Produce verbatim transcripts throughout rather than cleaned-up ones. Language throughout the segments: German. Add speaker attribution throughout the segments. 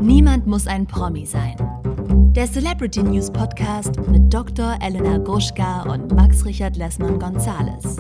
Speaker 1: Niemand muss ein Promi sein. Der Celebrity News Podcast mit Doktor Elena Gruschka und Max Richard Lessmann-Gonzales.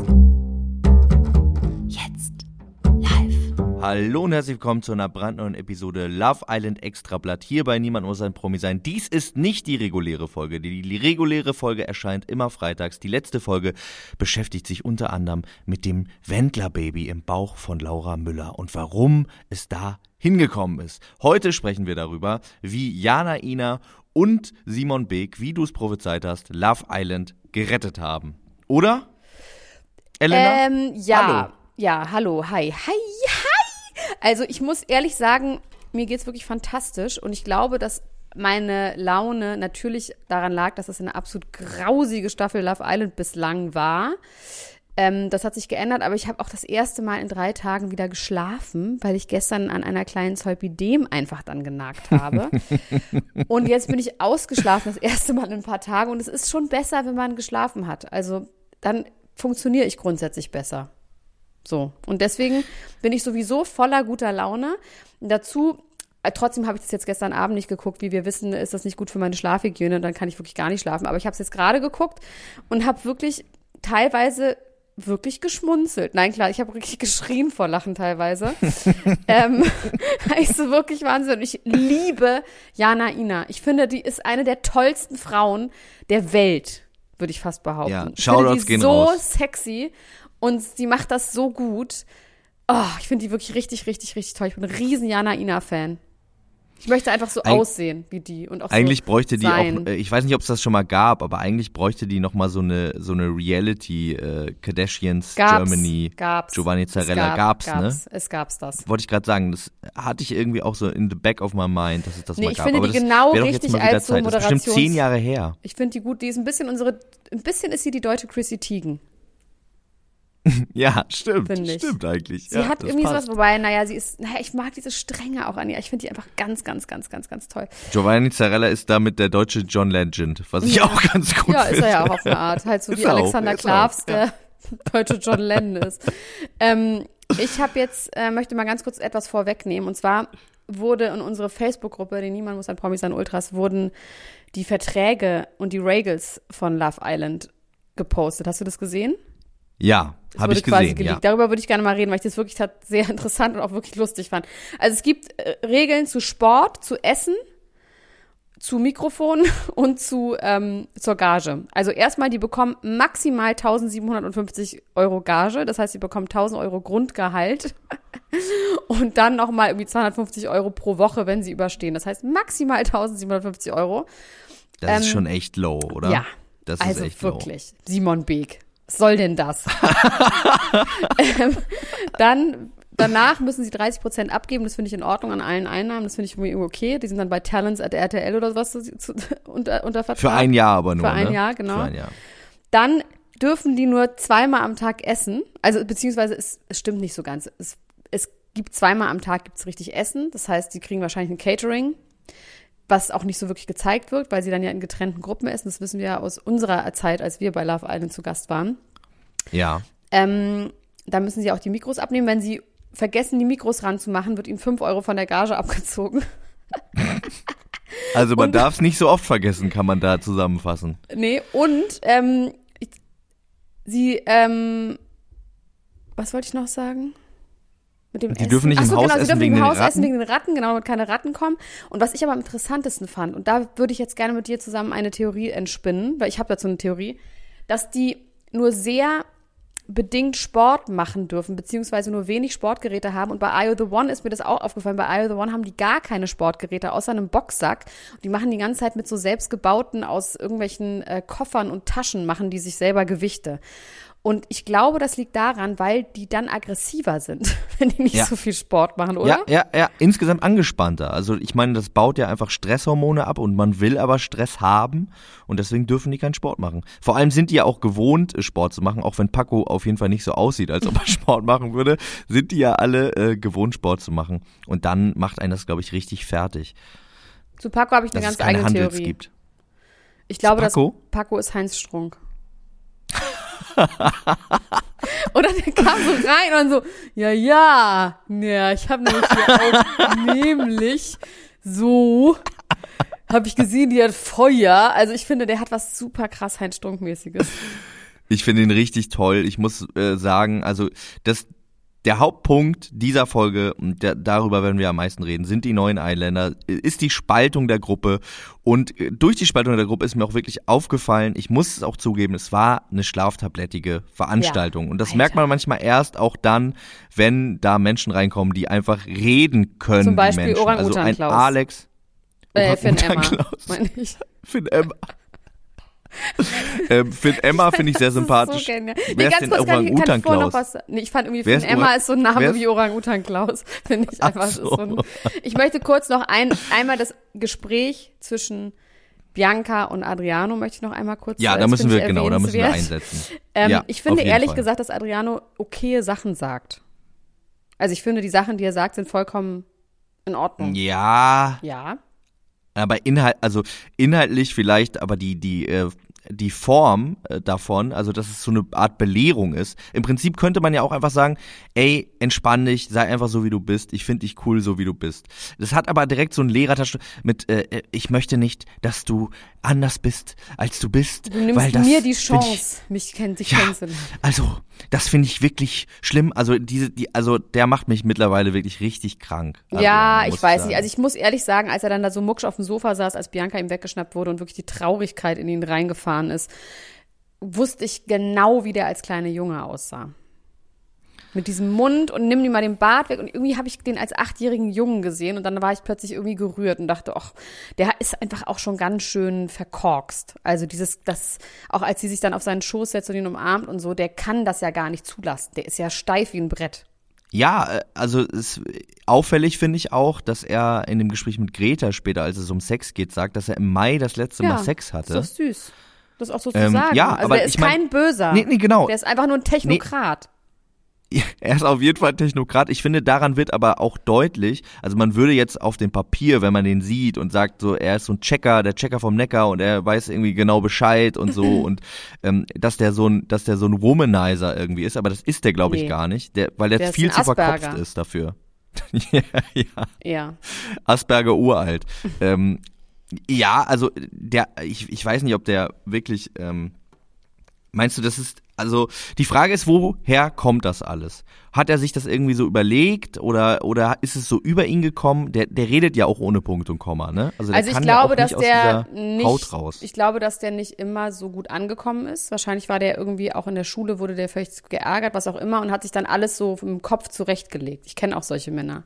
Speaker 1: Jetzt live.
Speaker 2: Hallo und herzlich willkommen zu einer brandneuen Episode Love Island Extrablatt. Hier bei Niemand muss ein Promi sein. Dies ist nicht die reguläre Folge. Die, die reguläre Folge erscheint immer freitags. Die letzte Folge beschäftigt sich unter anderem mit dem Wendler-Baby im Bauch von Laura Müller und warum es da hingekommen ist. Heute sprechen wir darüber, wie Jana Ina und Simon Beek, wie du es prophezeit hast, Love Island gerettet haben. Oder? Elena?
Speaker 3: Ähm, ja.
Speaker 2: Hallo.
Speaker 3: Ja, hallo, hi, hi, hi. Also ich muss ehrlich sagen, mir geht's wirklich fantastisch und ich glaube, dass meine Laune natürlich daran lag, dass es eine absolut grausige Staffel Love Island bislang war. Ähm, das hat sich geändert, aber ich habe auch das erste Mal in drei Tagen wieder geschlafen, weil ich gestern an einer kleinen Zolpidem einfach dann genagt habe. Und jetzt bin ich ausgeschlafen, das erste Mal in ein paar Tagen. Und es ist schon besser, wenn man geschlafen hat. Also dann funktioniere ich grundsätzlich besser. So. Und deswegen bin ich sowieso voller guter Laune. Und dazu, äh, trotzdem habe ich das jetzt gestern Abend nicht geguckt. Wie wir wissen, ist das nicht gut für meine Schlafhygiene. Dann kann ich wirklich gar nicht schlafen. Aber ich habe es jetzt gerade geguckt und habe wirklich teilweise wirklich geschmunzelt. Nein, klar, ich habe richtig geschrien vor Lachen teilweise. ähm, ich so wirklich Wahnsinn. Ich liebe Jana Ina. Ich finde, die ist eine der tollsten Frauen der Welt, würde ich fast behaupten.
Speaker 2: Ja,
Speaker 3: ich finde
Speaker 2: Shoutouts
Speaker 3: die
Speaker 2: gehen
Speaker 3: so
Speaker 2: raus.
Speaker 3: sexy und sie macht das so gut. Oh, ich finde die wirklich richtig, richtig, richtig toll. Ich bin ein riesen Jana Ina-Fan. Ich möchte einfach so
Speaker 2: Eig-
Speaker 3: aussehen wie die und auch
Speaker 2: Eigentlich
Speaker 3: so
Speaker 2: bräuchte die
Speaker 3: sein.
Speaker 2: auch, äh, ich weiß nicht, ob es das schon mal gab, aber eigentlich bräuchte die noch mal so eine so eine Reality äh, Kardashians
Speaker 3: Gab's,
Speaker 2: Germany
Speaker 3: gab's.
Speaker 2: Giovanni Zarella
Speaker 3: Es gab,
Speaker 2: gab's,
Speaker 3: gab's,
Speaker 2: ne?
Speaker 3: Es gab's das.
Speaker 2: Wollte ich gerade sagen, das hatte ich irgendwie auch so in the back of my mind, dass es das
Speaker 3: Nee,
Speaker 2: mal
Speaker 3: ich
Speaker 2: gab.
Speaker 3: finde
Speaker 2: aber
Speaker 3: die
Speaker 2: das
Speaker 3: genau
Speaker 2: wär doch jetzt
Speaker 3: richtig
Speaker 2: mal wieder
Speaker 3: als so
Speaker 2: Zeit. Das ist bestimmt
Speaker 3: Moderations-
Speaker 2: zehn Jahre her.
Speaker 3: Ich finde die gut, die ist ein bisschen unsere, ein bisschen ist sie die deutsche Chrissy Teigen,
Speaker 2: Ja, stimmt,
Speaker 3: Finde ich.
Speaker 2: stimmt eigentlich.
Speaker 3: Sie
Speaker 2: ja,
Speaker 3: hat
Speaker 2: das
Speaker 3: irgendwie
Speaker 2: passt.
Speaker 3: sowas, wobei, naja, sie ist, naja, ich mag diese Strenge auch an ihr. Ich finde die einfach ganz, ganz, ganz, ganz, ganz toll.
Speaker 2: Giovanni Zarella ist damit der deutsche John Legend, was ich auch ganz gut
Speaker 3: Ja,
Speaker 2: finde.
Speaker 3: ist er ja auch auf eine Art. Halt so
Speaker 2: Ist
Speaker 3: wie
Speaker 2: er auch,
Speaker 3: Alexander
Speaker 2: ist er
Speaker 3: Klavs,
Speaker 2: auch, ja.
Speaker 3: der deutsche John Lennon ist. ähm, ich habe jetzt, äh, möchte mal ganz kurz etwas vorwegnehmen. Und zwar wurde in unsere Facebook-Gruppe, die Niemand muss ein Promi sein Ultras, wurden die Verträge und die Regels von Love Island gepostet. Hast du das gesehen?
Speaker 2: Ja,
Speaker 3: Es
Speaker 2: habe
Speaker 3: wurde
Speaker 2: ich
Speaker 3: quasi
Speaker 2: gesehen,
Speaker 3: geleakt.
Speaker 2: ja.
Speaker 3: Darüber würde ich gerne mal reden, weil ich das wirklich tat- sehr interessant und auch wirklich lustig fand. Also es gibt äh, Regeln zu Sport, zu Essen, zu Mikrofon und zu ähm, zur Gage. Also erstmal, die bekommen maximal eintausendsiebenhundertfünfzig Euro Gage. Das heißt, sie bekommen tausend Euro Grundgehalt und dann nochmal irgendwie zweihundertfünfzig Euro pro Woche, wenn sie überstehen. Das heißt, maximal eintausendsiebenhundertfünfzig Euro.
Speaker 2: Das
Speaker 3: ähm,
Speaker 2: ist schon echt low, oder?
Speaker 3: Ja,
Speaker 2: Das ist
Speaker 3: also
Speaker 2: echt
Speaker 3: wirklich. Simon Beek. Was soll denn das? ähm, dann, danach müssen sie dreißig Prozent abgeben. Das finde ich in Ordnung an allen Einnahmen. Das finde ich irgendwie okay. Die sind dann bei Talents at R T L oder was zu, zu, unter, unter Vertrag.
Speaker 2: Für ein Jahr aber nur,
Speaker 3: Für ein
Speaker 2: ne?
Speaker 3: Jahr, genau.
Speaker 2: Für ein Jahr.
Speaker 3: Dann dürfen die nur zweimal am Tag essen. Also beziehungsweise es, es stimmt nicht so ganz. Es, es gibt zweimal am Tag gibt's richtig Essen. Das heißt, die kriegen wahrscheinlich ein Catering, was auch nicht so wirklich gezeigt wird, weil sie dann ja in getrennten Gruppen essen. Das wissen wir ja aus unserer Zeit, als wir bei Love Island zu Gast waren.
Speaker 2: Ja.
Speaker 3: Ähm, da müssen sie auch die Mikros abnehmen. Wenn sie vergessen, die Mikros ranzumachen, wird ihnen fünf Euro von der Gage abgezogen.
Speaker 2: Also man
Speaker 3: Und-
Speaker 2: darf es nicht so oft vergessen, kann man da zusammenfassen.
Speaker 3: Nee, und ähm, ich, sie, ähm, was wollte ich noch sagen? Mit dem
Speaker 2: Die
Speaker 3: Essen?
Speaker 2: dürfen nicht im
Speaker 3: Ach so,
Speaker 2: Haus
Speaker 3: genau, sie
Speaker 2: essen
Speaker 3: dürfen
Speaker 2: wegen
Speaker 3: nicht im
Speaker 2: den
Speaker 3: Haus
Speaker 2: Ratten?
Speaker 3: essen wegen den Ratten, genau, damit keine Ratten kommen. Und was ich aber am interessantesten fand, und da würde ich jetzt gerne mit dir zusammen eine Theorie entspinnen, weil ich habe dazu eine Theorie, dass die nur sehr bedingt Sport machen dürfen, beziehungsweise nur wenig Sportgeräte haben. Und bei I O The One ist mir das auch aufgefallen. Bei I O The One haben die gar keine Sportgeräte, außer einem Boxsack. Und die machen die ganze Zeit mit so selbstgebauten, aus irgendwelchen äh, Koffern und Taschen, machen die sich selber Gewichte. Und ich glaube, das liegt daran, weil die dann aggressiver sind, wenn die nicht
Speaker 2: Ja.
Speaker 3: so viel Sport machen, oder?
Speaker 2: Ja, ja, ja, insgesamt angespannter. Also ich meine, das baut ja einfach Stresshormone ab und man will aber Stress haben und deswegen dürfen die keinen Sport machen. Vor allem sind die ja auch gewohnt, Sport zu machen, auch wenn Paco auf jeden Fall nicht so aussieht, als ob er Sport machen würde, sind die ja alle äh, gewohnt, Sport zu machen. Und dann macht einen das, glaube ich, richtig fertig,
Speaker 3: Zu Paco habe ich eine
Speaker 2: dass es
Speaker 3: ganz
Speaker 2: keine
Speaker 3: eigene
Speaker 2: Handels
Speaker 3: Theorie.
Speaker 2: gibt.
Speaker 3: Ich glaube, dass
Speaker 2: Paco?
Speaker 3: Paco ist Heinz Strunk. Oder der kam so rein und so, ja, ja, ja, ich habe nämlich hier auch nämlich so, habe ich gesehen, die hat Feuer. Also ich finde, der hat was super krass Heinz Strunk-mäßiges.
Speaker 2: Ich finde ihn richtig toll. Ich muss äh, sagen, also das der Hauptpunkt dieser Folge, und der, darüber werden wir am meisten reden, sind die neuen Eiländer, ist die Spaltung der Gruppe. Und durch die Spaltung der Gruppe ist mir auch wirklich aufgefallen, ich muss es auch zugeben, es war eine schlaftablettige Veranstaltung. Ja, und das Alter. merkt man manchmal erst auch dann, wenn da Menschen reinkommen, die einfach reden können.
Speaker 3: Zum Beispiel
Speaker 2: die Menschen.
Speaker 3: Orang-Utan
Speaker 2: also ein
Speaker 3: Klaus.
Speaker 2: Alex.
Speaker 3: Äh, Finn Emma, meine ich.
Speaker 2: Finn Emma. ähm, Finn Emma finde ich sehr sympathisch.
Speaker 3: So nee,
Speaker 2: Wer ist
Speaker 3: ganz
Speaker 2: denn
Speaker 3: kurz, kann ich, kann
Speaker 2: Orang-Utan
Speaker 3: ich vorher noch
Speaker 2: Klaus?
Speaker 3: was, nee, ich fand irgendwie
Speaker 2: Wer
Speaker 3: Finn
Speaker 2: ist
Speaker 3: Emma
Speaker 2: Orang-
Speaker 3: ist so ein Name
Speaker 2: wer ist-
Speaker 3: wie Orang-Utan Klaus. Finde ich
Speaker 2: Ach
Speaker 3: einfach.
Speaker 2: so.
Speaker 3: Ist so ein, ich möchte kurz noch ein, einmal das Gespräch zwischen Bianca und Adriano möchte ich noch einmal kurz
Speaker 2: Ja,
Speaker 3: äh,
Speaker 2: da
Speaker 3: das
Speaker 2: müssen
Speaker 3: finde
Speaker 2: wir,
Speaker 3: ich
Speaker 2: genau, da müssen wir
Speaker 3: erwähnenswert.
Speaker 2: einsetzen.
Speaker 3: Ähm,
Speaker 2: ja,
Speaker 3: ich finde
Speaker 2: auf jeden
Speaker 3: ehrlich
Speaker 2: Fall.
Speaker 3: gesagt, dass Adriano okaye Sachen sagt. Also ich finde, die Sachen, die er sagt, sind vollkommen in Ordnung.
Speaker 2: Ja,
Speaker 3: Ja.
Speaker 2: aber Inhalt, also inhaltlich vielleicht, aber die, die, äh, die Form äh, davon, also dass es so eine Art Belehrung ist. Im Prinzip könnte man ja auch einfach sagen, ey, entspann dich, sei einfach so, wie du bist. Ich finde dich cool, so wie du bist. Das hat aber direkt so einen Lehrertasch mit, äh, ich möchte nicht, dass du anders bist, als du bist.
Speaker 3: Du nimmst
Speaker 2: weil das
Speaker 3: mir die
Speaker 2: find
Speaker 3: Chance, mich kenn, dich
Speaker 2: Ja,
Speaker 3: kennenzulernen.
Speaker 2: Also, das finde ich wirklich schlimm. Also diese, die, also der macht mich mittlerweile wirklich richtig krank.
Speaker 3: Ja,
Speaker 2: Adriano, muss
Speaker 3: ich weiß
Speaker 2: sagen.
Speaker 3: nicht. Also ich muss ehrlich sagen, als er dann da so mucksch auf dem Sofa saß, als Bianca ihm weggeschnappt wurde und wirklich die Traurigkeit in ihn reingefahren ist, wusste ich genau, wie der als kleiner Junge aussah. Mit diesem Mund und nimm dir mal den Bart weg. Und irgendwie habe ich den als achtjährigen Jungen gesehen und dann war ich plötzlich irgendwie gerührt und dachte, ach, der ist einfach auch schon ganz schön verkorkst. Also dieses, das, auch als sie sich dann auf seinen Schoß setzt und ihn umarmt und so, der kann das ja gar nicht zulassen. Der ist ja steif wie ein Brett.
Speaker 2: Ja, äh, also es, auffällig finde ich auch, dass er in dem Gespräch mit Greta später, als es um Sex geht, sagt, dass er im Mai das letzte
Speaker 3: Ja,
Speaker 2: Mal Sex hatte.
Speaker 3: ist doch süß. Das auch so zu
Speaker 2: Ähm,
Speaker 3: sagen.
Speaker 2: ja,
Speaker 3: also
Speaker 2: aber
Speaker 3: der ist
Speaker 2: ich mein-
Speaker 3: kein Böser.
Speaker 2: Nee, nee, genau.
Speaker 3: Der ist einfach nur ein Technokrat.
Speaker 2: Er ist auf jeden Fall Technokrat. Ich finde, daran wird aber auch deutlich, also man würde jetzt auf dem Papier, wenn man den sieht und sagt so, er ist so ein Checker, der Checker vom Neckar und er weiß irgendwie genau Bescheid und so und ähm, dass der so ein, dass der so ein Womanizer irgendwie ist, aber das ist der, glaube ich,
Speaker 3: Nee.
Speaker 2: gar nicht, der, weil der,
Speaker 3: Der ist
Speaker 2: viel
Speaker 3: ein
Speaker 2: zu
Speaker 3: Asperger.
Speaker 2: verkopft ist dafür. ja, ja.
Speaker 3: Ja.
Speaker 2: Asperger uralt. ähm, ja, also der, ich, ich weiß nicht, ob der wirklich, ähm, meinst du, das ist, also die Frage ist, woher kommt das alles? Hat er sich das irgendwie so überlegt oder oder ist es so über ihn gekommen? Der der redet ja auch ohne Punkt und Komma, ne? Also, der
Speaker 3: Also ich
Speaker 2: kann
Speaker 3: glaube,
Speaker 2: ja auch
Speaker 3: dass
Speaker 2: nicht
Speaker 3: der
Speaker 2: aus dieser
Speaker 3: nicht,
Speaker 2: Haut raus.
Speaker 3: ich glaube, dass der nicht immer so gut angekommen ist. Wahrscheinlich war der irgendwie auch in der Schule, wurde der vielleicht geärgert, was auch immer und hat sich dann alles so im Kopf zurechtgelegt. Ich kenne auch solche Männer.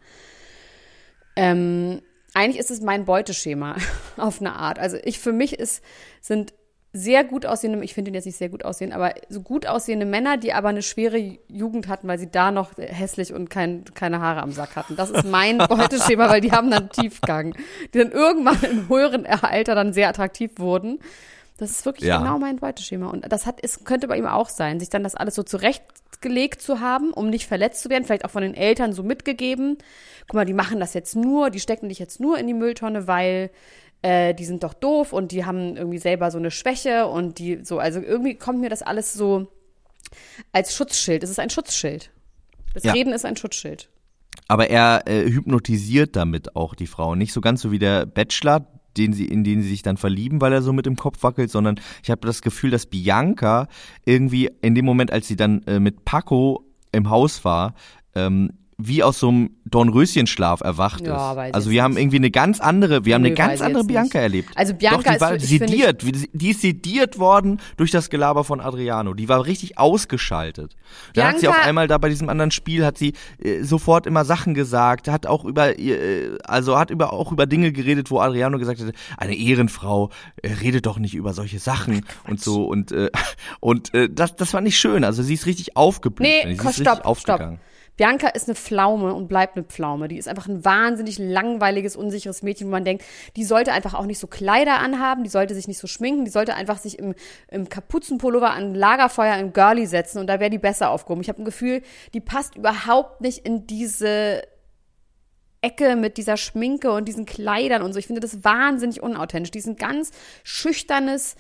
Speaker 3: Ähm, eigentlich ist es mein Beuteschema auf eine Art. Also ich für mich ist sind sehr gut aussehende, ich finde ihn jetzt nicht sehr gut aussehen, aber so gut aussehende Männer, die aber eine schwere Jugend hatten, weil sie da noch hässlich und kein, keine Haare am Sack hatten. Das ist mein Beuteschema, weil die haben dann Tiefgang. Die dann irgendwann im höheren Alter dann sehr attraktiv wurden. Das ist wirklich
Speaker 2: Ja.
Speaker 3: genau mein Beuteschema. Und das hat, es könnte bei ihm auch sein, sich dann das alles so zurechtgelegt zu haben, um nicht verletzt zu werden, vielleicht auch von den Eltern so mitgegeben. Guck mal, die machen das jetzt nur, die stecken dich jetzt nur in die Mülltonne, weil äh, die sind doch doof und die haben irgendwie selber so eine Schwäche und die so, also irgendwie kommt mir das alles so als Schutzschild. Es ist ein Schutzschild. Das
Speaker 2: Ja.
Speaker 3: Reden ist ein Schutzschild.
Speaker 2: Aber er äh, hypnotisiert damit auch die Frauen. Nicht so ganz so wie der Bachelor, den sie, in den sie sich dann verlieben, weil er so mit dem Kopf wackelt, sondern ich habe das Gefühl, dass Bianca irgendwie in dem Moment, als sie dann äh, mit Paco im Haus war, ähm, wie aus so einem Dornröschenschlaf erwacht
Speaker 3: Ja,
Speaker 2: ist.
Speaker 3: weiß
Speaker 2: Also
Speaker 3: ich
Speaker 2: wir haben
Speaker 3: nicht.
Speaker 2: irgendwie eine ganz andere, wir haben
Speaker 3: Nö,
Speaker 2: eine ganz
Speaker 3: weiß ich
Speaker 2: andere
Speaker 3: jetzt
Speaker 2: Bianca
Speaker 3: nicht.
Speaker 2: erlebt.
Speaker 3: Also Bianca
Speaker 2: Doch, die
Speaker 3: ist
Speaker 2: war
Speaker 3: für- ich finde
Speaker 2: sediert, die ist sediert worden durch das Gelaber von Adriano. Die war richtig ausgeschaltet. Dann hat sie
Speaker 3: Bianca-
Speaker 2: auf einmal da bei diesem anderen Spiel hat sie äh, sofort immer Sachen gesagt, hat auch über äh, also hat über auch über Dinge geredet, wo Adriano gesagt hat, eine Ehrenfrau äh, redet doch nicht über solche Sachen und so und äh, und äh, das das war nicht schön. Also sie ist richtig aufgeblüht.
Speaker 3: Nee,
Speaker 2: sie ist
Speaker 3: stopp,
Speaker 2: richtig
Speaker 3: stopp.
Speaker 2: aufgegangen.
Speaker 3: Bianca ist eine Pflaume und bleibt eine Pflaume. Die ist einfach ein wahnsinnig langweiliges, unsicheres Mädchen, wo man denkt, die sollte einfach auch nicht so Kleider anhaben, die sollte sich nicht so schminken, die sollte einfach sich im, im Kapuzenpullover an ein Lagerfeuer im Girlie setzen und da wäre die besser aufgehoben. Ich habe ein Gefühl, die passt überhaupt nicht in diese Ecke mit dieser Schminke und diesen Kleidern und so. Ich finde das wahnsinnig unauthentisch. Die ist ein ganz schüchternes,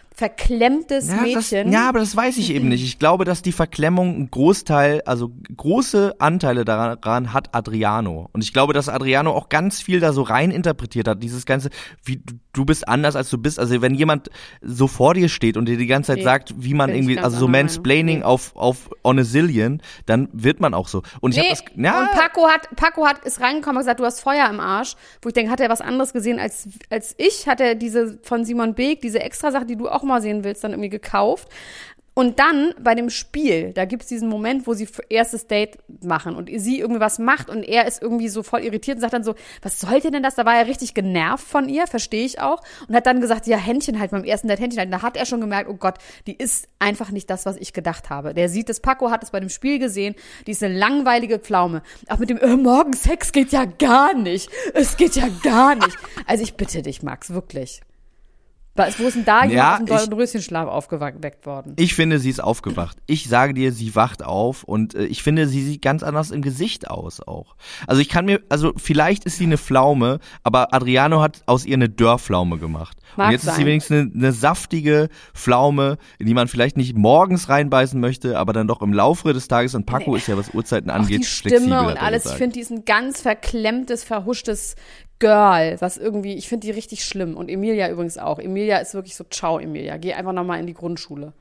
Speaker 3: verklemmtes
Speaker 2: ja,
Speaker 3: Mädchen.
Speaker 2: Das, ja, aber das weiß ich eben nicht. Ich glaube, dass die Verklemmung einen Großteil, also große Anteile daran hat Adriano. Und ich glaube, dass Adriano auch ganz viel da so rein interpretiert hat. Dieses ganze, wie du bist anders als du bist. Also wenn jemand so vor dir steht und dir die ganze Zeit nee, sagt, wie man irgendwie, also so Mansplaining nee. auf, auf on a Zillion, dann wird man auch so. Und ich
Speaker 3: nee.
Speaker 2: habe das, ja.
Speaker 3: Und Paco hat, Paco hat, ist reingekommen und gesagt, du hast Feuer im Arsch. Wo ich denke, hat er was anderes gesehen als, als ich? Hat er diese von Simon Beek, diese Extrasache, die du auch mal sehen willst, dann irgendwie gekauft. Und dann bei dem Spiel, da gibt's diesen Moment, wo sie erstes Date machen und sie irgendwie was macht und er ist irgendwie so voll irritiert und sagt dann so, was sollte denn das? Da war er richtig genervt von ihr, verstehe ich auch. Und hat dann gesagt, ja, Händchen halt beim ersten Date, Händchen halt. Da hat er schon gemerkt, oh Gott, die ist einfach nicht das, was ich gedacht habe. Der sieht es, Paco hat es bei dem Spiel gesehen, die ist eine langweilige Pflaume. Auch mit dem, äh, morgen Sex geht ja gar nicht. Es geht ja gar nicht. Also ich bitte dich, Max, wirklich. Wo ist denn da jemand
Speaker 2: ja,
Speaker 3: aus dem Dornröschenschlaf aufgeweckt worden?
Speaker 2: Ich finde, sie ist aufgewacht. Ich sage dir, sie wacht auf und äh, ich finde, sie sieht ganz anders im Gesicht aus auch. Also ich kann mir, also vielleicht ist sie eine Pflaume, aber Adriano hat aus ihr eine Dörrpflaume gemacht. Mag und jetzt sein. Ist sie wenigstens eine, eine saftige Pflaume, in die man vielleicht nicht morgens reinbeißen möchte, aber dann doch im Laufe des Tages. Und Paco nee. ist ja, was Uhrzeiten angeht,
Speaker 3: auch die Stimme
Speaker 2: flexibel,
Speaker 3: und alles. Ich finde, die ist ein ganz verklemmtes, verhuschtes Girl, was irgendwie, ich finde die richtig schlimm. Und Emilia übrigens auch. Emilia ist wirklich so, ciao Emilia, geh einfach nochmal in die Grundschule.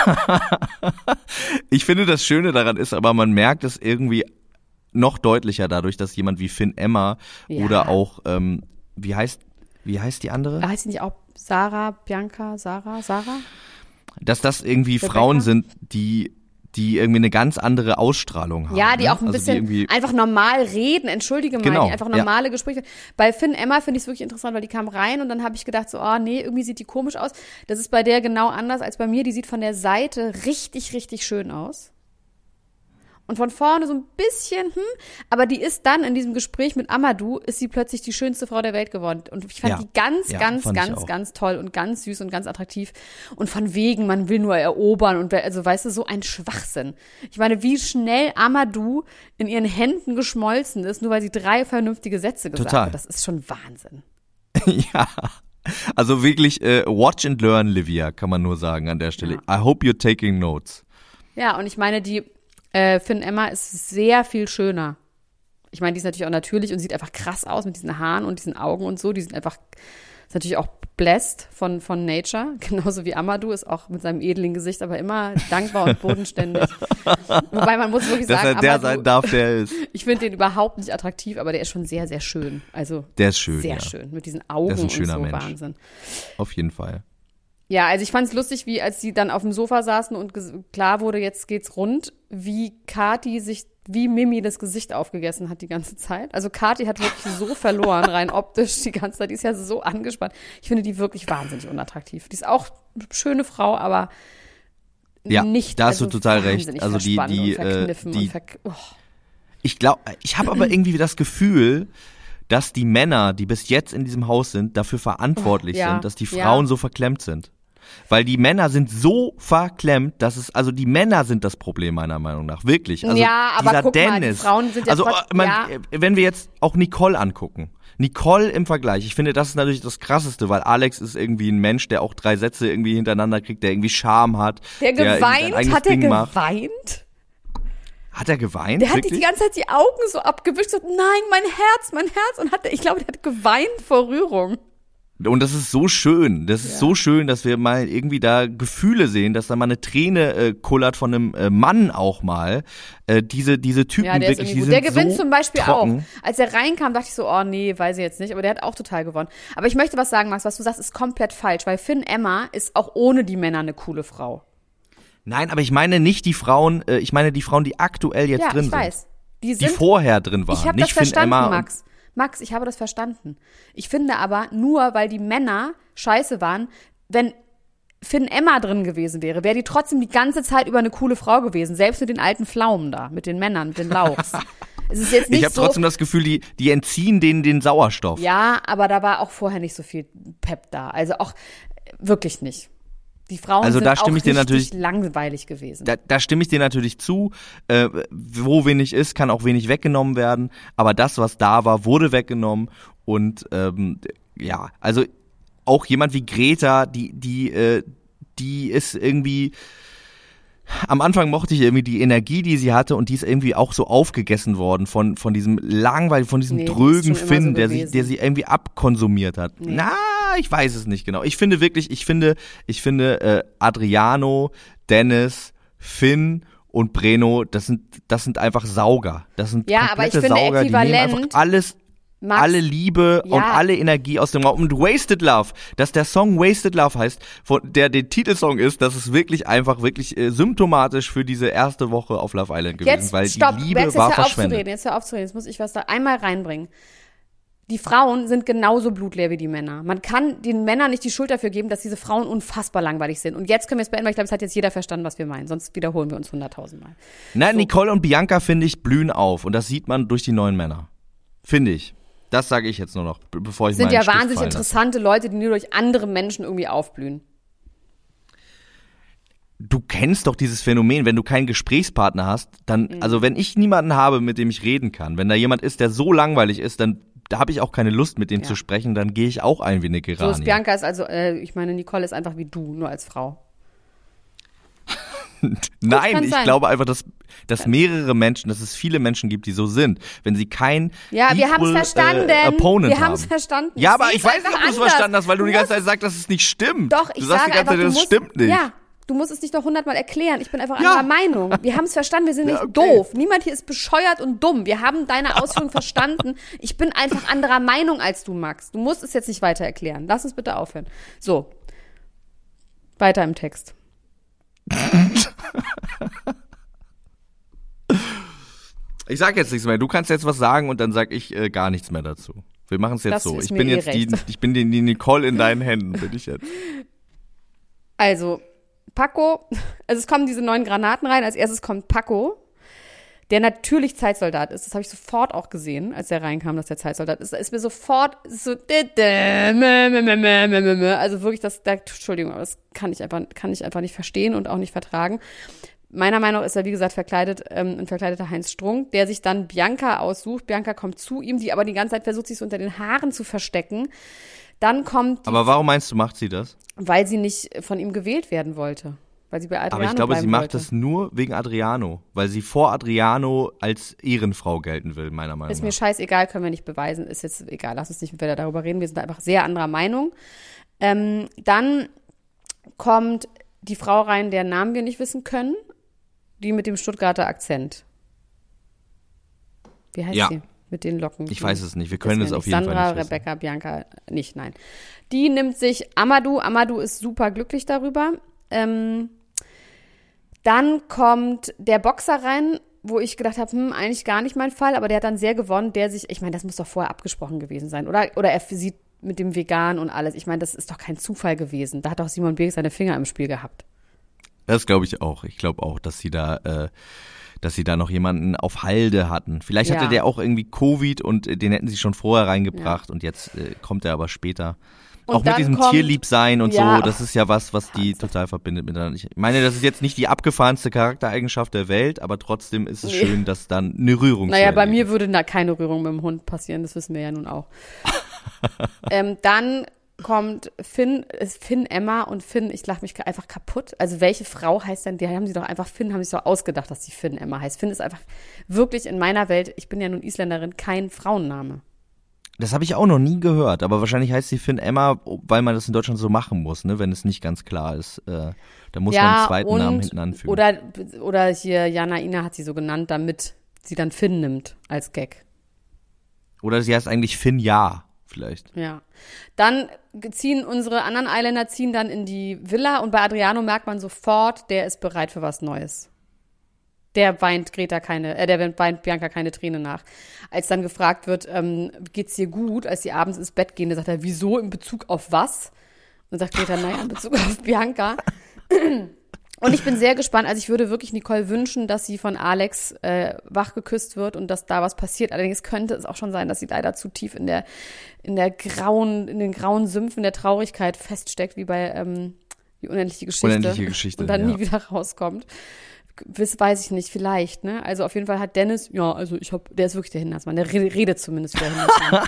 Speaker 2: Ich finde, das Schöne daran ist, aber man merkt es irgendwie noch deutlicher dadurch, dass jemand wie Finn Emma ja. oder auch, ähm, wie heißt, wie heißt die andere?
Speaker 3: Heißt die nicht auch Sarah, Bianca, Sarah, Sarah?
Speaker 2: Dass das irgendwie Rebecca? Frauen sind, die die irgendwie eine ganz andere Ausstrahlung haben.
Speaker 3: Ja, die auch ein
Speaker 2: ne?
Speaker 3: bisschen
Speaker 2: also
Speaker 3: einfach normal reden, entschuldige mal,
Speaker 2: genau,
Speaker 3: die einfach normale
Speaker 2: ja.
Speaker 3: Gespräche. Bei Finn Emma finde ich es wirklich interessant, weil die kam rein und dann habe ich gedacht so, oh nee, irgendwie sieht die komisch aus. Das ist bei der genau anders als bei mir. Die sieht von der Seite richtig, richtig schön aus. Und von vorne so ein bisschen, hm, aber die ist dann in diesem Gespräch mit Amadou, ist sie plötzlich die schönste Frau der Welt geworden. Und ich fand
Speaker 2: ja.
Speaker 3: die ganz,
Speaker 2: ja,
Speaker 3: ganz, ganz, ganz toll und ganz süß und ganz attraktiv. Und von wegen, man will nur erobern und also, weißt du, so ein Schwachsinn. Ich meine, wie schnell Amadou in ihren Händen geschmolzen ist, nur weil sie drei vernünftige Sätze gesagt
Speaker 2: Total.
Speaker 3: hat. Das ist schon Wahnsinn.
Speaker 2: Ja. Also wirklich, äh, watch and learn, Livia, kann man nur sagen an der Stelle. Ja. I hope you're taking notes.
Speaker 3: Ja, und ich meine, die Äh, Finn Emma ist sehr viel schöner. Ich meine, die ist natürlich auch natürlich und sieht einfach krass aus mit diesen Haaren und diesen Augen und so. Die sind einfach, ist natürlich auch blessed von, von Nature. Genauso wie Amadou ist auch mit seinem edlen Gesicht, aber immer dankbar und bodenständig. Wobei man muss wirklich
Speaker 2: Dass
Speaker 3: sagen,
Speaker 2: er der
Speaker 3: Amadou,
Speaker 2: sein darf, der ist.
Speaker 3: Ich finde den überhaupt nicht attraktiv, aber der ist schon sehr, sehr schön. Also
Speaker 2: der ist schön,
Speaker 3: sehr
Speaker 2: ja.
Speaker 3: schön mit diesen Augen
Speaker 2: der ist ein schöner
Speaker 3: und so.
Speaker 2: Mensch.
Speaker 3: Wahnsinn.
Speaker 2: Auf jeden Fall.
Speaker 3: Ja, also ich fand es lustig, wie als sie dann auf dem Sofa saßen und ges- klar wurde, jetzt geht's rund, wie Kathi sich, wie Mimi das Gesicht aufgegessen hat die ganze Zeit. Also Kathi hat wirklich so verloren, rein optisch die ganze Zeit. Die ist ja so angespannt. Ich finde die wirklich wahnsinnig unattraktiv. Die ist auch eine schöne Frau, aber
Speaker 2: ja,
Speaker 3: nicht
Speaker 2: da hast
Speaker 3: also
Speaker 2: du total recht. Also die, die, äh, die
Speaker 3: verk- oh.
Speaker 2: ich glaube, ich habe aber irgendwie das Gefühl, dass die Männer, die bis jetzt in diesem Haus sind, dafür verantwortlich
Speaker 3: oh, ja,
Speaker 2: sind, dass die Frauen
Speaker 3: ja.
Speaker 2: so verklemmt sind. Weil die Männer sind so verklemmt, dass es, also die Männer sind das Problem meiner Meinung nach, wirklich. Also
Speaker 3: ja, aber
Speaker 2: dieser
Speaker 3: guck
Speaker 2: Dennis,
Speaker 3: mal, die Frauen sind ja
Speaker 2: also
Speaker 3: trotzdem,
Speaker 2: man,
Speaker 3: ja.
Speaker 2: wenn wir jetzt auch Nicole angucken, Nicole im Vergleich, ich finde, das ist natürlich das Krasseste, weil Alex ist irgendwie ein Mensch, der auch drei Sätze irgendwie hintereinander kriegt, der irgendwie Charme hat.
Speaker 3: Der geweint,
Speaker 2: der
Speaker 3: hat er
Speaker 2: Ding
Speaker 3: geweint?
Speaker 2: Macht. Hat er geweint?
Speaker 3: Der hat
Speaker 2: wirklich?
Speaker 3: die ganze Zeit die Augen so abgewischt, so, nein, mein Herz, mein Herz. Und hat, ich glaube, der hat geweint vor Rührung.
Speaker 2: Und das ist so schön, das ist
Speaker 3: ja.
Speaker 2: so schön, dass wir mal irgendwie da Gefühle sehen, dass da mal eine Träne äh, kullert von einem äh, Mann auch mal. Äh, diese diese Typen
Speaker 3: ja, der
Speaker 2: wirklich,
Speaker 3: ist
Speaker 2: die
Speaker 3: gut.
Speaker 2: sind
Speaker 3: Der gewinnt
Speaker 2: so
Speaker 3: zum Beispiel
Speaker 2: trocken.
Speaker 3: auch. Als er reinkam, dachte ich so, oh nee, weiß ich jetzt nicht. Aber der hat auch total gewonnen. Aber ich möchte was sagen, Max, was du sagst, ist komplett falsch, weil Finn Emma ist auch ohne die Männer eine coole Frau.
Speaker 2: Nein, aber ich meine nicht die Frauen, äh, ich meine die Frauen, die aktuell jetzt
Speaker 3: ja,
Speaker 2: drin
Speaker 3: ich
Speaker 2: sind.
Speaker 3: weiß. Die, sind,
Speaker 2: die vorher drin waren.
Speaker 3: Ich habe
Speaker 2: nicht
Speaker 3: das verstanden,
Speaker 2: Finn Emma
Speaker 3: Max. Max, ich habe das verstanden. Ich finde aber, nur weil die Männer scheiße waren, wenn Finn Emma drin gewesen wäre, wäre die trotzdem die ganze Zeit über eine coole Frau gewesen. Selbst mit den alten Pflaumen da, mit den Männern, mit den Lauchs. Es ist jetzt nicht
Speaker 2: ich habe
Speaker 3: so,
Speaker 2: trotzdem das Gefühl, die, die entziehen denen den Sauerstoff.
Speaker 3: Ja, aber da war auch vorher nicht so viel Pep da. Also auch wirklich nicht. Die Frauen
Speaker 2: also
Speaker 3: sind
Speaker 2: da stimme
Speaker 3: auch
Speaker 2: ich dir
Speaker 3: richtig
Speaker 2: natürlich,
Speaker 3: langweilig gewesen.
Speaker 2: Da, da stimme ich dir natürlich zu. Äh, wo wenig ist, kann auch wenig weggenommen werden. Aber das, was da war, wurde weggenommen. Und ähm, ja, also auch jemand wie Greta, die, die, äh, die ist irgendwie, am Anfang mochte ich irgendwie die Energie, die sie hatte und die ist irgendwie auch so aufgegessen worden von, von diesem langweiligen, von diesem
Speaker 3: Nee, die ist
Speaker 2: drögen
Speaker 3: schon immer
Speaker 2: Finn,
Speaker 3: so
Speaker 2: der sich,
Speaker 3: gewesen.
Speaker 2: der sie irgendwie abkonsumiert hat.
Speaker 3: Nee.
Speaker 2: Na, ich weiß es nicht genau. Ich finde wirklich, ich finde, ich finde äh, Adriano, Dennis, Finn und Breno, das sind, das sind einfach Sauger. Das sind
Speaker 3: Ja, aber ich
Speaker 2: komplette
Speaker 3: finde
Speaker 2: Sauger, die nehmen
Speaker 3: äquivalent,
Speaker 2: einfach alles,
Speaker 3: Max,
Speaker 2: alle Liebe
Speaker 3: ja.
Speaker 2: und alle Energie aus dem Raum. Und Wasted Love, dass der Song Wasted Love heißt, von der der Titelsong ist, das ist wirklich einfach wirklich äh, symptomatisch für diese erste Woche auf Love Island gewesen,
Speaker 3: Jetzt,
Speaker 2: weil
Speaker 3: stopp,
Speaker 2: die Liebe
Speaker 3: jetzt
Speaker 2: war
Speaker 3: hör
Speaker 2: verschwendet.
Speaker 3: aufzureden, jetzt hör aufzureden, jetzt muss ich was da einmal reinbringen. Die Frauen sind genauso blutleer wie die Männer. Man kann den Männern nicht die Schuld dafür geben, dass diese Frauen unfassbar langweilig sind. Und jetzt können wir es beenden, weil ich glaube, es hat jetzt jeder verstanden, was wir meinen. Sonst wiederholen wir uns hunderttausendmal.
Speaker 2: Nein,
Speaker 3: So.
Speaker 2: Nicole und Bianca, finde ich, blühen auf. Und das sieht man durch die neuen Männer. Finde ich. Das sage ich jetzt nur noch, be- bevor ich
Speaker 3: Sind
Speaker 2: meinen
Speaker 3: ja
Speaker 2: Stift
Speaker 3: wahnsinnig
Speaker 2: fallen lasse.
Speaker 3: interessante Leute, die nur durch andere Menschen irgendwie aufblühen.
Speaker 2: Du kennst doch dieses Phänomen, wenn du keinen Gesprächspartner hast, dann,
Speaker 3: Mhm.
Speaker 2: also wenn ich niemanden habe, mit dem ich reden kann, wenn da jemand ist, der so langweilig ist, dann da habe ich auch keine Lust, mit dem
Speaker 3: Ja.
Speaker 2: zu sprechen, dann gehe ich auch ein wie eine
Speaker 3: So
Speaker 2: Geranie.
Speaker 3: ist Bianca, ist also, äh, ich meine, Nicole ist einfach wie du, nur als Frau.
Speaker 2: Nein,
Speaker 3: kann
Speaker 2: ich
Speaker 3: sein.
Speaker 2: glaube einfach, dass, dass mehrere Menschen, dass es viele Menschen gibt, die so sind. Wenn sie kein
Speaker 3: Ja, wir haben's
Speaker 2: equal,
Speaker 3: verstanden.
Speaker 2: Äh, Opponent
Speaker 3: Wir haben's
Speaker 2: haben.
Speaker 3: verstanden.
Speaker 2: Ja, aber
Speaker 3: sehe
Speaker 2: ich
Speaker 3: es
Speaker 2: weiß nicht,
Speaker 3: einfach
Speaker 2: ob du es
Speaker 3: anders.
Speaker 2: verstanden hast, weil du,
Speaker 3: Du
Speaker 2: die ganze
Speaker 3: musst-
Speaker 2: Zeit sagst, dass es nicht stimmt.
Speaker 3: Doch, ich
Speaker 2: du sagst
Speaker 3: sage
Speaker 2: die ganze
Speaker 3: einfach,
Speaker 2: Zeit,
Speaker 3: du
Speaker 2: das
Speaker 3: musst,
Speaker 2: stimmt nicht.
Speaker 3: Ja, du musst es nicht noch hundertmal erklären. Ich bin einfach
Speaker 2: Ja.
Speaker 3: anderer Meinung. Wir haben es verstanden, wir sind
Speaker 2: Ja,
Speaker 3: nicht
Speaker 2: okay.
Speaker 3: doof. Niemand hier ist bescheuert und dumm. Wir haben deine Ausführung verstanden. Ich bin einfach anderer Meinung als du, Max. Du musst es jetzt nicht weiter erklären. Lass uns bitte aufhören. So, weiter im Text.
Speaker 2: Ich sag jetzt nichts mehr. Du kannst jetzt was sagen und dann sag ich äh, gar nichts mehr dazu. Wir machen es jetzt
Speaker 3: Das
Speaker 2: so.
Speaker 3: ist
Speaker 2: Ich
Speaker 3: mir
Speaker 2: bin
Speaker 3: eh
Speaker 2: jetzt die,
Speaker 3: recht.
Speaker 2: ich bin die, die Nicole in deinen Händen, bin ich jetzt.
Speaker 3: Also, Paco, also es kommen diese neuen Granaten rein. Als erstes kommt Paco, der natürlich Zeitsoldat ist. Das habe ich sofort auch gesehen, als der reinkam, dass der Zeitsoldat ist. Da ist mir sofort so, also wirklich, das, da, Entschuldigung, aber das kann ich einfach, kann ich einfach nicht verstehen und auch nicht vertragen. Meiner Meinung nach ist er, wie gesagt, verkleidet, ähm, ein verkleideter Heinz Strunk, der sich dann Bianca aussucht. Bianca kommt zu ihm, die aber die ganze Zeit versucht, sich so unter den Haaren zu verstecken. Dann kommt, die,
Speaker 2: Aber warum meinst du, macht sie das?
Speaker 3: weil sie nicht von ihm gewählt werden wollte. Weil sie bei Adriano
Speaker 2: Aber ich glaube, sie
Speaker 3: bleiben
Speaker 2: macht
Speaker 3: wollte.
Speaker 2: das nur wegen Adriano, weil sie vor Adriano als Ehrenfrau gelten will, meiner Meinung
Speaker 3: Ist mir
Speaker 2: nach.
Speaker 3: scheißegal, können wir nicht beweisen. Ist jetzt egal, lass uns nicht wieder darüber reden. Wir sind da einfach sehr anderer Meinung. Ähm, dann kommt die Frau rein, deren Namen wir nicht wissen können. Die mit dem Stuttgarter Akzent. Wie heißt
Speaker 2: Ja.
Speaker 3: sie? Mit den Locken.
Speaker 2: Ich weiß es nicht, wir können es auf jeden
Speaker 3: Sandra,
Speaker 2: Fall nicht wissen.
Speaker 3: Rebecca, Bianca, nicht, nein. Die nimmt sich Amadou. Amadou ist super glücklich darüber. Ähm, dann kommt der Boxer rein, wo ich gedacht habe, hm, eigentlich gar nicht mein Fall, aber der hat dann sehr gewonnen, der sich, ich meine, das muss doch vorher abgesprochen gewesen sein, oder? Oder er sieht mit dem Vegan und alles. Ich meine, das ist doch kein Zufall gewesen. Da hat doch Simon Birk seine Finger im Spiel gehabt.
Speaker 2: Das glaube ich auch. Ich glaube auch, dass sie da, äh, dass sie da noch jemanden auf Halde hatten. Vielleicht
Speaker 3: Ja.
Speaker 2: hatte der auch irgendwie Covid und äh, den hätten sie schon vorher reingebracht und jetzt äh, kommt er aber später.
Speaker 3: Und
Speaker 2: auch mit
Speaker 3: dann
Speaker 2: diesem
Speaker 3: kommt-
Speaker 2: Tierliebsein und
Speaker 3: Ja.
Speaker 2: so, das ist ja was, was die total verbindet miteinander. Ich meine, das ist jetzt nicht die abgefahrenste Charaktereigenschaft der Welt, aber trotzdem ist es
Speaker 3: Nee.
Speaker 2: schön, dass dann eine Rührung
Speaker 3: Naja,
Speaker 2: zu
Speaker 3: bei
Speaker 2: erleben.
Speaker 3: mir würde da keine Rührung mit dem Hund passieren, das wissen wir ja nun auch. ähm, dann kommt Finn, ist Finn, Emma und Finn, ich lache mich einfach kaputt. Also welche Frau heißt denn, die haben sie doch einfach, Finn haben sich doch ausgedacht, dass die Finn Emma heißt. Finn ist einfach wirklich in meiner Welt, ich bin ja nun Isländerin, kein Frauenname.
Speaker 2: Das habe ich auch noch nie gehört, aber wahrscheinlich heißt sie Finn Emma, weil man das in Deutschland so machen muss, ne, wenn es nicht ganz klar ist. Äh, da muss man einen zweiten
Speaker 3: und,
Speaker 2: Namen hinten anfügen.
Speaker 3: Oder, oder hier Jana Ina hat sie so genannt, damit sie dann Finn nimmt als Gag.
Speaker 2: Oder sie heißt eigentlich Finn Ja, vielleicht.
Speaker 3: Ja. Dann ziehen unsere anderen Eiländer ziehen dann in die Villa und bei Adriano merkt man sofort, der ist bereit für was Neues. Der weint Greta keine, äh, der weint Bianca keine Träne nach. Als dann gefragt wird, ähm, geht's dir gut, als sie abends ins Bett gehen, da sagt er, wieso, in Bezug auf was? Und sagt Greta, naja, in Bezug auf Bianca. Und ich bin sehr gespannt, also ich würde wirklich Nicole wünschen, dass sie von Alex äh, wach geküsst wird und dass da was passiert. Allerdings könnte es auch schon sein, dass sie leider zu tief in der, in der grauen, in den grauen Sümpfen der Traurigkeit feststeckt, wie bei ähm, die unendliche Geschichte.
Speaker 2: Unendliche Geschichte,
Speaker 3: und dann
Speaker 2: ja.
Speaker 3: nie wieder rauskommt. Das weiß ich nicht, vielleicht, ne? Also auf jeden Fall hat Dennis, ja, also ich hab, der ist wirklich der Hindernismann, der redet zumindest wie der Hindernismann.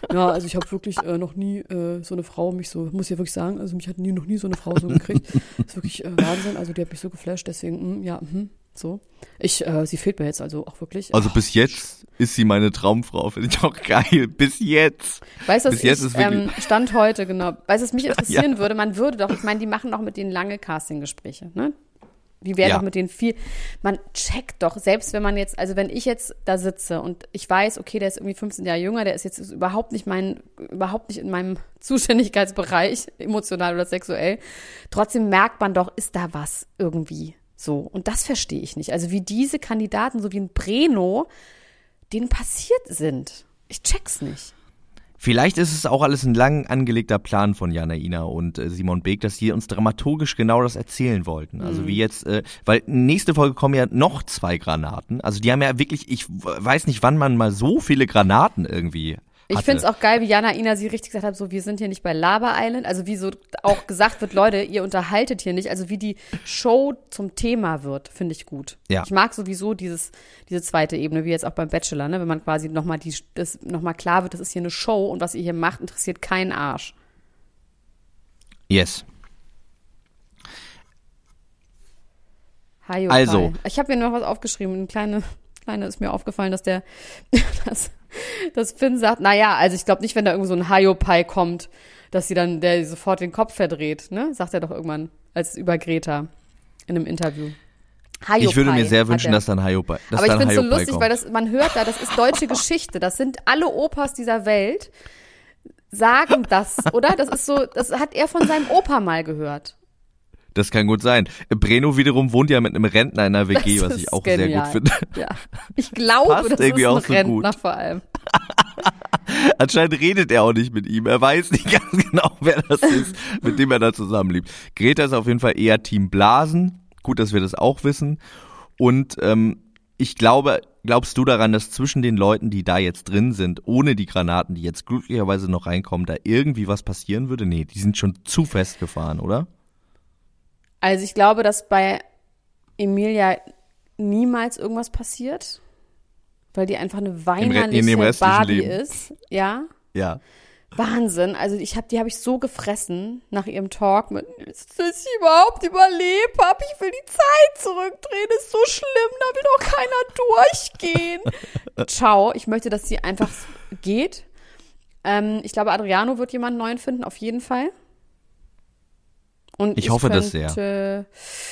Speaker 3: Ja, also ich habe wirklich äh, noch nie äh, so eine Frau mich so, muss ich ja wirklich sagen, also mich hat nie, noch nie so eine Frau so gekriegt. Das ist wirklich äh, Wahnsinn, also die hat mich so geflasht, deswegen, mh, ja, mh, so. Ich, äh, sie fehlt mir jetzt also auch wirklich.
Speaker 2: Also
Speaker 3: Ach,
Speaker 2: bis jetzt ist sie meine Traumfrau, finde ich auch geil. Bis jetzt.
Speaker 3: Weißt du,
Speaker 2: bis
Speaker 3: was
Speaker 2: jetzt
Speaker 3: ich,
Speaker 2: ist wirklich
Speaker 3: ähm, Stand heute, genau. Weißt du, was mich interessieren
Speaker 2: Ja.
Speaker 3: würde, man würde doch, ich meine, die machen doch mit denen lange Castinggespräche, ne? Die werden
Speaker 2: Ja.
Speaker 3: doch mit denen viel, man checkt doch, selbst wenn man jetzt, also wenn ich jetzt da sitze und ich weiß, okay, der ist irgendwie fünfzehn Jahre jünger, der ist jetzt ist überhaupt nicht mein, überhaupt nicht in meinem Zuständigkeitsbereich, emotional oder sexuell, trotzdem merkt man doch, ist da was irgendwie so. Und das verstehe ich nicht. Also wie diese Kandidaten, so wie ein Breno, denen passiert sind. Ich check's nicht.
Speaker 2: Vielleicht ist es auch alles ein lang angelegter Plan von Jana Ina und äh, Simon Beek, dass die uns dramaturgisch genau das erzählen wollten. Also
Speaker 3: Mhm.
Speaker 2: wie jetzt, äh, weil nächste Folge kommen ja noch zwei Granaten. Also die haben ja wirklich, ich w- weiß nicht, wann man mal so viele Granaten irgendwie
Speaker 3: Ich
Speaker 2: hatte.
Speaker 3: finde es auch geil, wie Jana Ina sie richtig gesagt hat, so wir sind hier nicht bei Lava Island, also wie so auch gesagt wird, Leute, ihr unterhaltet hier nicht, also wie die Show zum Thema wird, finde ich gut.
Speaker 2: Ja.
Speaker 3: Ich mag sowieso dieses diese zweite Ebene, wie jetzt auch beim Bachelor, ne, wenn man quasi nochmal die das nochmal klar wird, das ist hier eine Show und was ihr hier macht, interessiert keinen Arsch.
Speaker 2: Yes.
Speaker 3: Hi,
Speaker 2: Also.
Speaker 3: ich habe mir noch was aufgeschrieben, eine kleine kleine ist mir aufgefallen, dass der dass, dass Finn sagt, naja, also ich glaube nicht, wenn da irgendwo so ein Haiopai kommt, dass sie dann der sofort den Kopf verdreht, ne? Sagt er doch irgendwann als über Greta in einem Interview.
Speaker 2: Ich würde mir sehr
Speaker 3: hat
Speaker 2: wünschen,
Speaker 3: er.
Speaker 2: dass dann Haiopai dass
Speaker 3: Aber ich
Speaker 2: dann
Speaker 3: finde es so
Speaker 2: Haiopai
Speaker 3: lustig,
Speaker 2: kommt.
Speaker 3: weil das man hört da, das ist deutsche Geschichte, das sind alle Opas dieser Welt sagen das, oder? Das ist so, das hat er von seinem Opa mal gehört.
Speaker 2: Das kann gut sein. Breno wiederum wohnt ja mit einem Rentner in einer W G,
Speaker 3: Das
Speaker 2: was ich
Speaker 3: ist
Speaker 2: auch
Speaker 3: genial.
Speaker 2: sehr gut finde.
Speaker 3: Ja. Ich glaube,
Speaker 2: Passt
Speaker 3: das ist
Speaker 2: irgendwie
Speaker 3: ein
Speaker 2: auch so
Speaker 3: Rentner
Speaker 2: gut.
Speaker 3: vor allem.
Speaker 2: Anscheinend redet er auch nicht mit ihm. Er weiß nicht ganz genau, wer das ist, mit dem er da zusammenlebt. Greta ist auf jeden Fall eher Team Blasen. Gut, dass wir das auch wissen. Und ähm, ich glaube, glaubst du daran, dass zwischen den Leuten, die da jetzt drin sind, ohne die Granaten, die jetzt glücklicherweise noch reinkommen, da irgendwie was passieren würde? Nee, die sind schon zu festgefahren, oder?
Speaker 3: Also ich glaube, dass bei Emilia niemals irgendwas passiert, weil die einfach eine
Speaker 2: in dem
Speaker 3: weinerliche
Speaker 2: restlichen
Speaker 3: Barbie
Speaker 2: Leben.
Speaker 3: ist. Ja,
Speaker 2: Ja.
Speaker 3: Wahnsinn. Also ich hab, die habe ich so gefressen nach ihrem Talk mit, dass ich überhaupt überlebt habe. Ich will die Zeit zurückdrehen. Ist so schlimm, da will doch keiner durchgehen. Ciao. Ich möchte, dass sie einfach geht. Ähm, ich glaube, Adriano wird jemanden neuen finden, auf jeden Fall. Und
Speaker 2: Ich hoffe das
Speaker 3: könnte,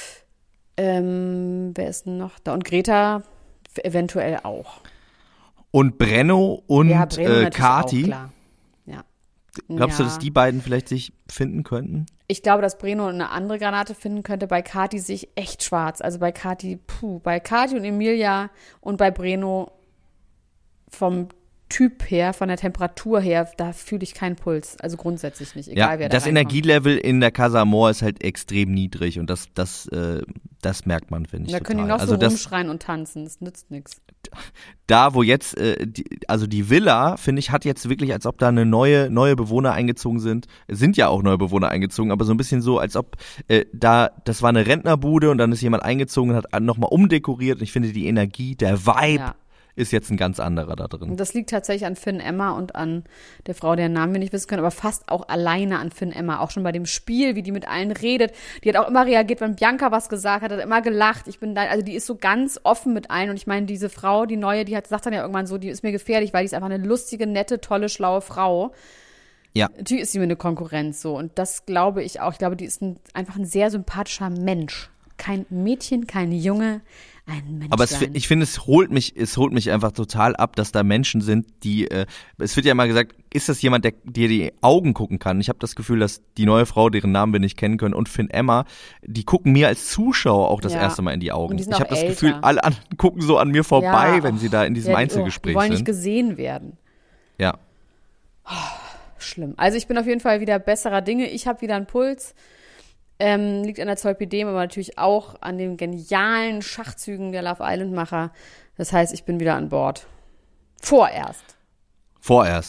Speaker 3: Ähm, wer ist denn noch da? Und Greta eventuell auch.
Speaker 2: Und Brenno und
Speaker 3: ja, Breno
Speaker 2: äh,
Speaker 3: natürlich
Speaker 2: Kati.
Speaker 3: auch, klar. Ja.
Speaker 2: Glaubst
Speaker 3: ja.
Speaker 2: du, dass die beiden vielleicht sich finden könnten?
Speaker 3: Ich glaube, dass Breno eine andere Granate finden könnte. Bei Kati sehe ich echt schwarz. Also bei Kati, puh, bei Kati und Emilia und bei Breno vom Typ her, von der Temperatur her, da fühle ich keinen Puls. Also grundsätzlich nicht, egal
Speaker 2: Ja,
Speaker 3: wer da
Speaker 2: das
Speaker 3: reinkommt.
Speaker 2: Energielevel in der Casa Amor ist halt extrem niedrig und das, das, äh, das merkt man, finde ich,
Speaker 3: Da
Speaker 2: total.
Speaker 3: können die noch
Speaker 2: also
Speaker 3: so
Speaker 2: das,
Speaker 3: rumschreien und tanzen, das nützt nichts.
Speaker 2: da, wo jetzt, äh, die, also die Villa, finde ich, hat jetzt wirklich, als ob da eine neue, neue Bewohner eingezogen sind. Es sind ja auch neue Bewohner eingezogen, aber so ein bisschen so, als ob äh, da, das war eine Rentnerbude und dann ist jemand eingezogen und hat nochmal umdekoriert. Und ich finde, die Energie, der Vibe
Speaker 3: Ja.
Speaker 2: ist jetzt ein ganz anderer da drin.
Speaker 3: Und das liegt tatsächlich an Finn Emma und an der Frau, deren Namen wir nicht wissen können, aber fast auch alleine an Finn Emma. Auch schon bei dem Spiel, wie die mit allen redet. Die hat auch immer reagiert, wenn Bianca was gesagt hat, hat immer gelacht. Ich bin da, also die ist so ganz offen mit allen. Und ich meine, diese Frau, die neue, die hat, sagt dann ja irgendwann so, die ist mir gefährlich, weil die ist einfach eine lustige, nette, tolle, schlaue Frau.
Speaker 2: Ja.
Speaker 3: Natürlich ist sie mir eine Konkurrenz so. Und das glaube ich auch. Ich glaube, die ist ein, einfach ein sehr sympathischer Mensch. Kein Mädchen, kein Junge, ein Menschlein.
Speaker 2: Aber es, ich finde, es holt mich, es holt mich einfach total ab, dass da Menschen sind, die, äh, es wird ja immer gesagt, ist das jemand, der dir die Augen gucken kann? Ich habe das Gefühl, dass die neue Frau, deren Namen wir nicht kennen können, und Finn Emma, die gucken mir als Zuschauer auch das
Speaker 3: Ja.
Speaker 2: erste Mal in die Augen.
Speaker 3: Und die sind
Speaker 2: Ich
Speaker 3: auch
Speaker 2: habe das
Speaker 3: älter.
Speaker 2: Gefühl, alle anderen gucken so an mir vorbei,
Speaker 3: Ja,
Speaker 2: wenn sie da in diesem
Speaker 3: ja, die-
Speaker 2: Einzelgespräch
Speaker 3: Die wollen nicht
Speaker 2: sind.
Speaker 3: gesehen werden.
Speaker 2: Ja.
Speaker 3: Schlimm. Also ich bin auf jeden Fall wieder besserer Dinge. Ich habe wieder einen Puls. Ähm, liegt an der Zolpidem, aber natürlich auch an den genialen Schachzügen der Love Island-Macher. Das heißt, ich bin wieder an Bord. Vorerst.
Speaker 2: Vorerst.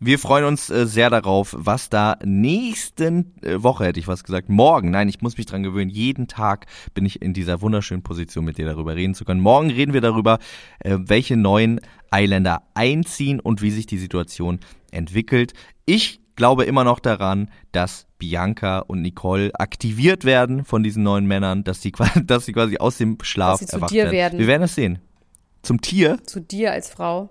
Speaker 2: Wir freuen uns äh, sehr darauf, was da nächsten äh, Woche, hätte ich was gesagt, morgen, nein, ich muss mich dran gewöhnen, jeden Tag bin ich in dieser wunderschönen Position, mit dir darüber reden zu können. Morgen reden wir darüber, äh, welche neuen Eiländer einziehen und wie sich die Situation entwickelt. Ich glaube immer noch daran, dass Bianca und Nicole aktiviert werden von diesen neuen Männern, dass sie, dass sie quasi aus dem Schlaf
Speaker 3: dass sie
Speaker 2: erwacht
Speaker 3: zu dir
Speaker 2: werden.
Speaker 3: werden.
Speaker 2: Wir werden es sehen. Zum Tier?
Speaker 3: Zu dir als Frau.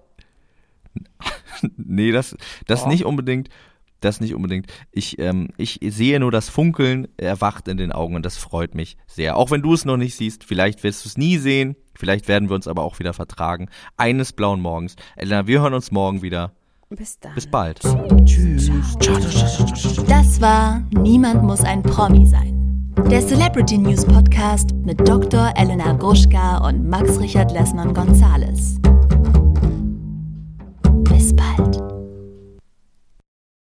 Speaker 2: Nee, das, das
Speaker 3: oh.
Speaker 2: nicht unbedingt. Das nicht unbedingt. Ich, ähm, ich sehe nur das Funkeln erwacht in den Augen und das freut mich sehr. Auch wenn du es noch nicht siehst, vielleicht wirst du es nie sehen, vielleicht werden wir uns aber auch wieder vertragen. Eines blauen Morgens. Elena, wir hören uns morgen wieder.
Speaker 3: Bis dann.
Speaker 2: Bis bald.
Speaker 1: Tschüss. Das war Niemand muss ein Promi sein. Der Celebrity News Podcast mit Doktor Elena Gruschka und Max Richard Lessmann Gonzales.